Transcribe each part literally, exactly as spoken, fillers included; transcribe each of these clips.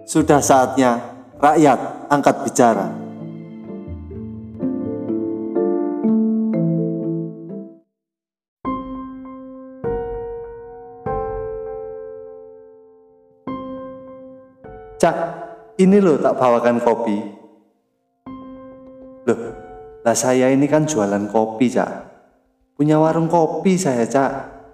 Sudah saatnya rakyat angkat bicara. Cak, ini loh tak bawakan kopi. Loh, lah saya ini kan jualan kopi, Cak. Punya warung kopi saya, Cak.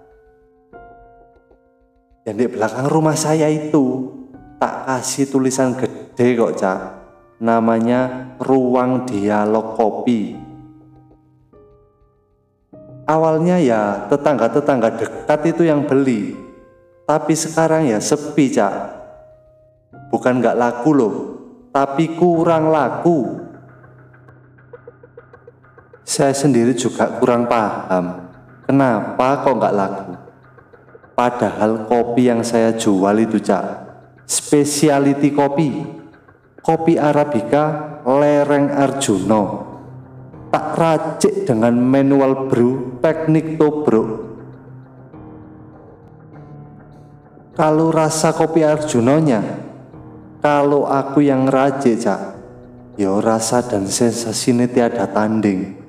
Yang di belakang rumah saya itu tak kasih tulisan gede kok, Cak. Namanya Ruang Dialog Kopi. Awalnya ya tetangga-tetangga dekat itu yang beli. Tapi sekarang ya sepi, Cak. Bukan gak laku loh, tapi kurang laku. Saya sendiri juga kurang paham kenapa kok gak laku. Padahal kopi yang saya jual itu, Cak, specialty kopi, kopi Arabica lereng Arjuna. Tak racik dengan manual brew teknik tobruk. Kalau rasa kopi Arjunanya, kalau aku yang racik, Cak, ya rasa dan sensasinya tiada tanding.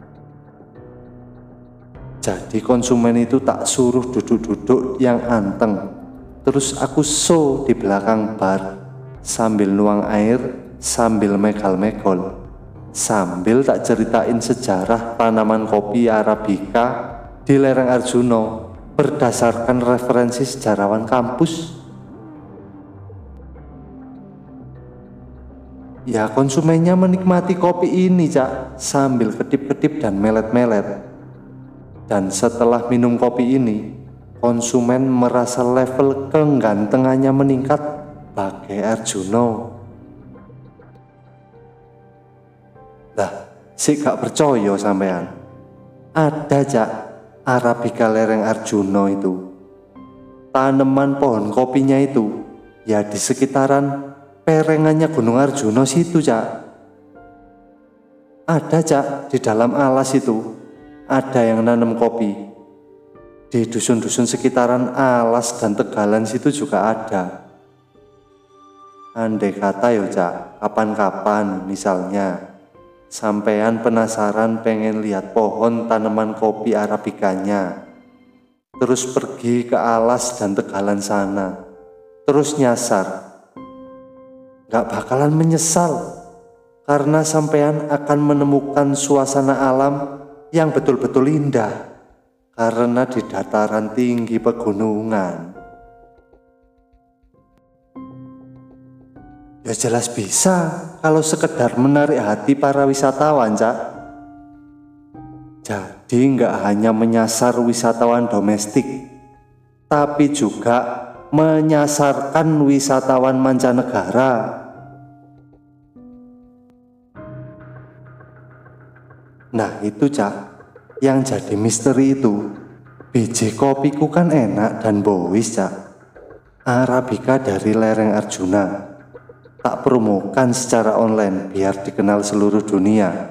Jadi konsumen itu tak suruh duduk-duduk yang anteng. Terus aku show di belakang bar sambil nuang air, sambil megal-megol, sambil tak ceritain sejarah tanaman kopi Arabica di lereng Arjuna berdasarkan referensi sejarawan kampus. Ya konsumennya menikmati kopi ini, Cak, sambil kedip-kedip dan melet-melet. Dan setelah minum kopi ini, konsumen merasa level kegantengannya meningkat bagai Arjuna. Lah, si gak percaya sampean. Ada, Cak, Arabica lereng Arjuna itu. Tanaman pohon kopinya itu ya di sekitaran perengannya Gunung Arjuna situ, Cak. Ada, Cak, di dalam alas itu ada yang nanam kopi. Di dusun-dusun sekitaran alas dan Tegalan situ juga ada. Andai kata yo, Cak, kapan-kapan misalnya sampean penasaran pengen lihat pohon tanaman kopi Arabicanya, terus pergi ke alas dan Tegalan sana, terus nyasar, gak bakalan menyesal, karena sampean akan menemukan suasana alam yang betul-betul indah karena di dataran tinggi pegunungan. Ya jelas bisa kalau sekedar menarik hati para wisatawan, Cak. Jadi nggak hanya menyasar wisatawan domestik, tapi juga menyasarkan wisatawan mancanegara. Nah itu, Cak, yang jadi misteri itu biji kopiku kan enak dan bowis, Cak. Arabica dari lereng Arjuna. Tak promokan secara online biar dikenal seluruh dunia.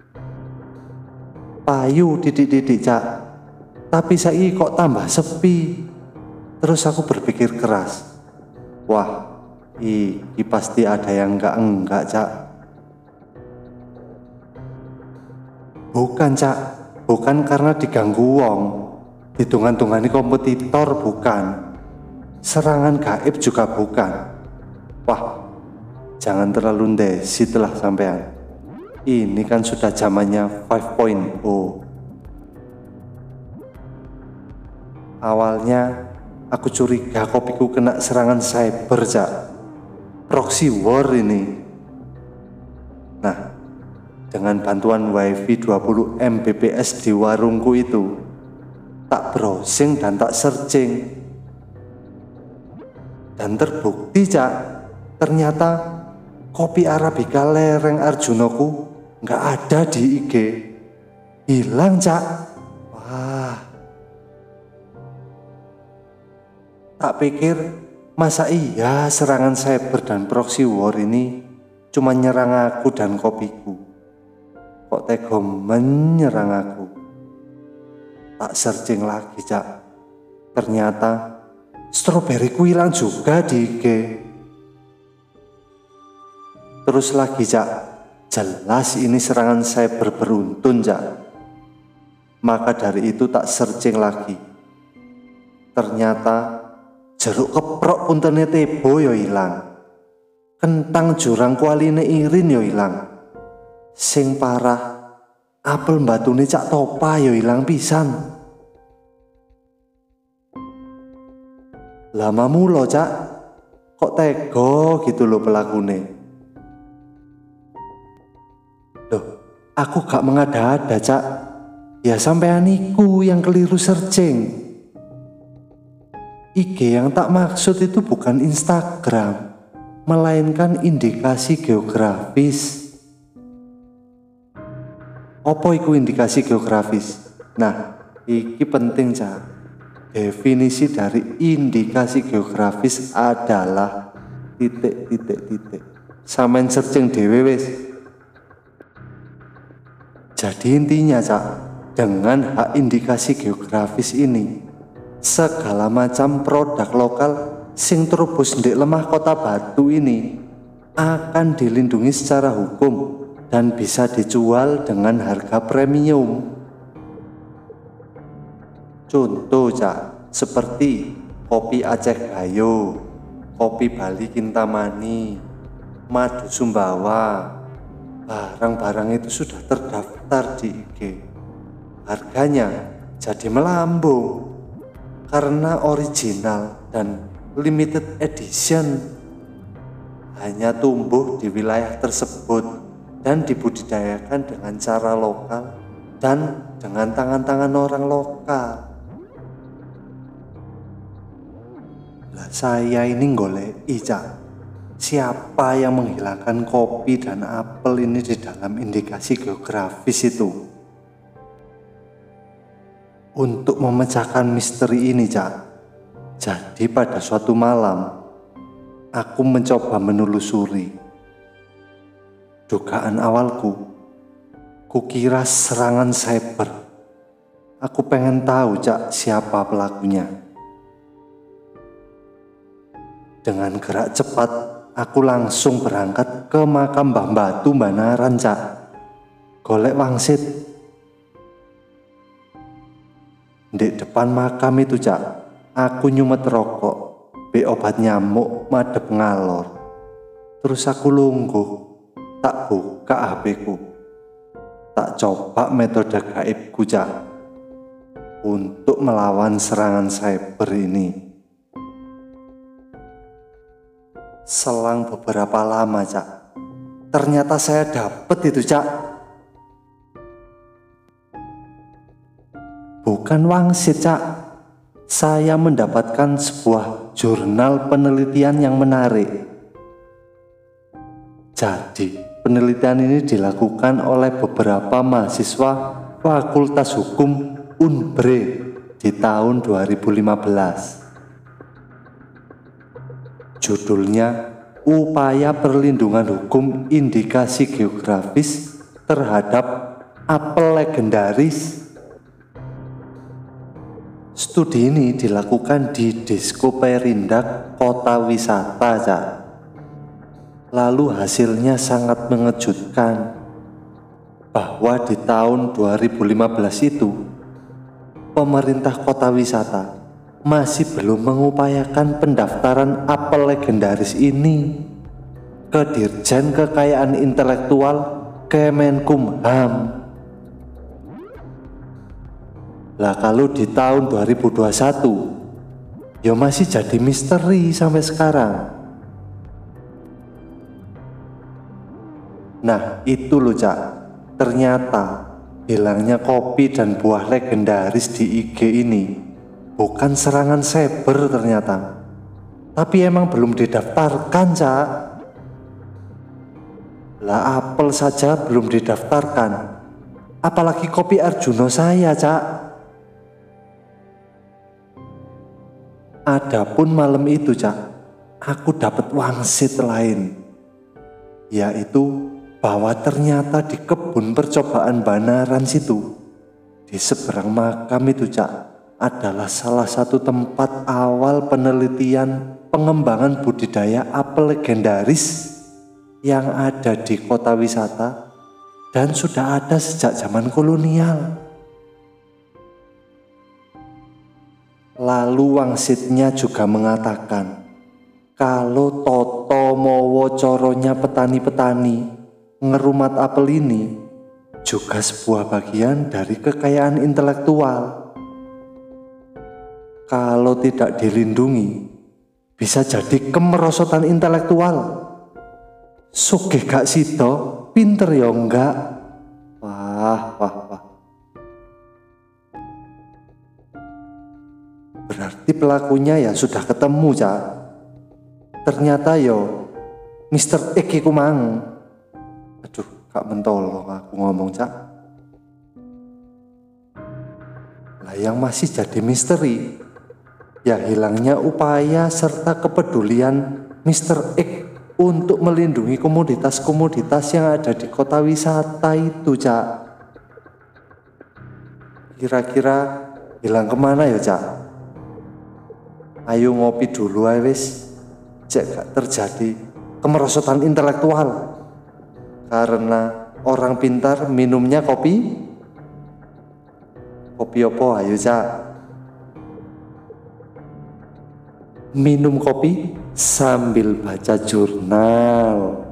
Payu didik-didik, Cak, tapi saya kok tambah sepi. Terus aku berpikir keras, wah, ini pasti ada yang enggak-enggak, Cak. Bukan, Cak, bukan karena diganggu wong, hitungan-tungani kompetitor, bukan. Serangan gaib juga bukan. Wah, jangan terlalu ndesi telah sampean. Ini kan sudah zamannya lima titik nol. Awalnya aku curiga kopiku kena serangan cyber, Cak. Proxy war ini. Nah, dengan bantuan wifi dua puluh megabit per second di warungku itu, tak browsing dan tak searching. Dan terbukti, Cak, ternyata kopi Arabica lereng Arjunaku nggak ada di I G. Hilang, Cak. Wah. Tak pikir, masa iya serangan cyber dan proxy war ini cuma nyerang aku dan kopiku. Kok tega menyerang aku. Tak searching lagi, Cak. Ternyata stroberiku hilang juga di I G. Terus lagi, Cak, jelas ini serangan cyber beruntun, Cak. Maka dari itu tak searching lagi. Ternyata jeruk keprok puntene Tebo yo ilang. Kentang jurang kualine Irin yo ilang. Sing parah, apel batune Cak Topa yo ilang pisan. Lama mulo, Cak, kok tega gitu loh pelakune. Loh, aku gak mengada-ada, Cak. Ya sampean iku yang keliru searching. I G yang tak maksud itu bukan Instagram, melainkan indikasi geografis. Apa iku indikasi geografis? Nah, iki penting, Cak. Definisi dari indikasi geografis adalah titik titik titik. Sampeyan searching dhewe wis. Jadi intinya, Cak, dengan hak indikasi geografis ini, segala macam produk lokal sing terubus ndek lemah Kota Batu ini akan dilindungi secara hukum dan bisa dijual dengan harga premium. Contoh, Cak, seperti kopi Aceh Gayo, kopi Bali Kintamani, madu Sumbawa. Barang-barang itu sudah terdaftar di I G. Harganya jadi melambung karena original dan limited edition, hanya tumbuh di wilayah tersebut dan dibudidayakan dengan cara lokal dan dengan tangan-tangan orang lokal. Lah saya ini golek Ica, siapa yang menghilangkan kopi dan apel ini di dalam indikasi geografis itu? Untuk memecahkan misteri ini, Cak, jadi pada suatu malam aku mencoba menelusuri. Dugaan awalku, kukira serangan cyber. Aku pengen tahu, Cak, siapa pelakunya. Dengan gerak cepat, aku langsung berangkat ke makam Mbah Batu Banaran, Cak. Golek wangsit. Di depan makam itu, Cak, aku nyumet rokok, be obat nyamuk madep ngalor. Terus aku lungguh, tak buka H P ku. Tak coba metode gaibku, Cak, untuk melawan serangan cyber ini. Selang beberapa lama, Cak, ternyata saya dapet itu, Cak. Bukan wangsit, Cak. Saya mendapatkan sebuah jurnal penelitian yang menarik. Jadi, penelitian ini dilakukan oleh beberapa mahasiswa Fakultas Hukum Unbre di tahun dua ribu lima belas. Judulnya Upaya Perlindungan Hukum Indikasi Geografis Terhadap Apel Legendaris. Studi ini dilakukan di Disko Perindak Kota Wisata, Cak. Lalu hasilnya sangat mengejutkan, bahwa di tahun dua ribu lima belas itu pemerintah Kota Wisata masih belum mengupayakan pendaftaran apel legendaris ini ke Dirjen Kekayaan Intelektual Kemenkumham. Lah kalau di tahun dua ribu dua puluh satu ya masih jadi misteri sampai sekarang. Nah itu loh, Cak, ternyata hilangnya kopi dan buah legendaris di I G ini bukan serangan cyber ternyata, tapi emang belum didaftarkan, Cak. Lah apel saja belum didaftarkan, apalagi kopi Arjuno saya, Cak. Adapun malam itu, Cak, aku dapat wangsit lain, yaitu bahwa ternyata di kebun percobaan Banaran situ, di seberang makam itu, Cak, adalah salah satu tempat awal penelitian pengembangan budidaya apel legendaris yang ada di kota wisata dan sudah ada sejak zaman kolonial. Lalu wangsitnya juga mengatakan kalau toto mowo coronya petani-petani ngerumat apel ini juga sebuah bagian dari kekayaan intelektual. Kalau tidak dilindungi, bisa jadi kemerosotan intelektual. Sugih gak sido, pinter ya enggak. Wah, wah, wah. Berarti pelakunya ya sudah ketemu, Cak. Ternyata yo mister X iku mang. Aduh, gak mentolong aku ngomong, Cak. Lah yang masih jadi misteri ya hilangnya upaya serta kepedulian mister X untuk melindungi komoditas-komoditas yang ada di kota wisata itu, Cak. Kira-kira hilang kemana ya, Cak? Ayo ngopi dulu aja wis, cek gak terjadi kemerosotan intelektual. Karena orang pintar minumnya kopi. Kopi opo ayo, Cak? Minum kopi sambil baca jurnal.